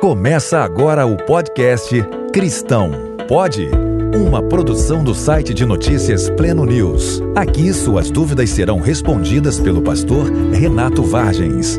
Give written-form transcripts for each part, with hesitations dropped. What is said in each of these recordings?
Começa agora o podcast Cristão Pode? Uma produção do site de notícias Pleno News. Aqui suas dúvidas serão respondidas pelo pastor Renato Vargens.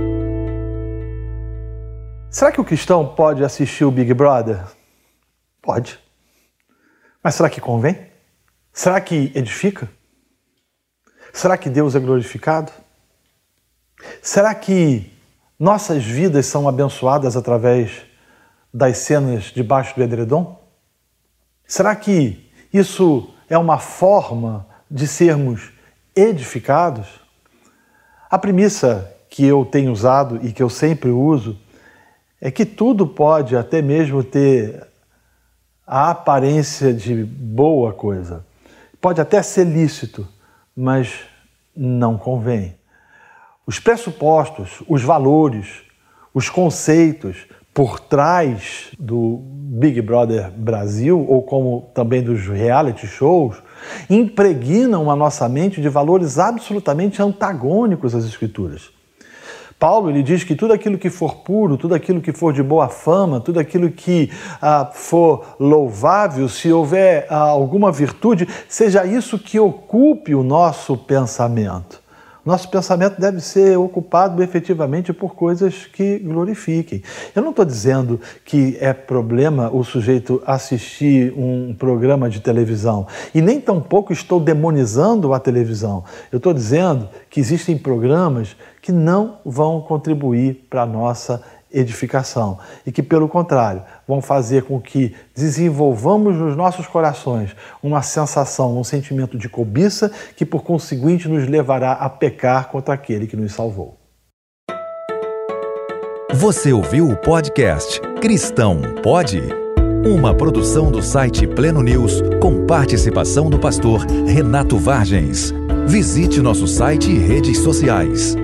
Será que o cristão pode assistir o Big Brother? Pode. Mas será que convém? Será que edifica? Será que Deus é glorificado? Será que nossas vidas são abençoadas através das cenas debaixo do edredom? Será que isso é uma forma de sermos edificados? A premissa que eu tenho usado e que eu sempre uso é que tudo pode até mesmo ter a aparência de boa coisa. Pode até ser lícito, mas não convém. Os pressupostos, os valores, os conceitos por trás do Big Brother Brasil, ou como também dos reality shows, impregnam a nossa mente de valores absolutamente antagônicos às Escrituras. Paulo ele diz que tudo aquilo que for puro, tudo aquilo que for de boa fama, tudo aquilo que for louvável, se houver alguma virtude, seja isso que ocupe o nosso pensamento. Nosso pensamento deve ser ocupado efetivamente por coisas que glorifiquem. Eu não estou dizendo que é problema o sujeito assistir um programa de televisão e nem tampouco estou demonizando a televisão. Eu estou dizendo que existem programas que não vão contribuir para a nossa edificação e que, pelo contrário, vão fazer com que desenvolvamos nos nossos corações uma sensação, um sentimento de cobiça que, por conseguinte, nos levará a pecar contra aquele que nos salvou. Você ouviu o podcast Cristão Pode? Uma produção do site Pleno News com participação do pastor Renato Vargens. Visite nosso site e redes sociais.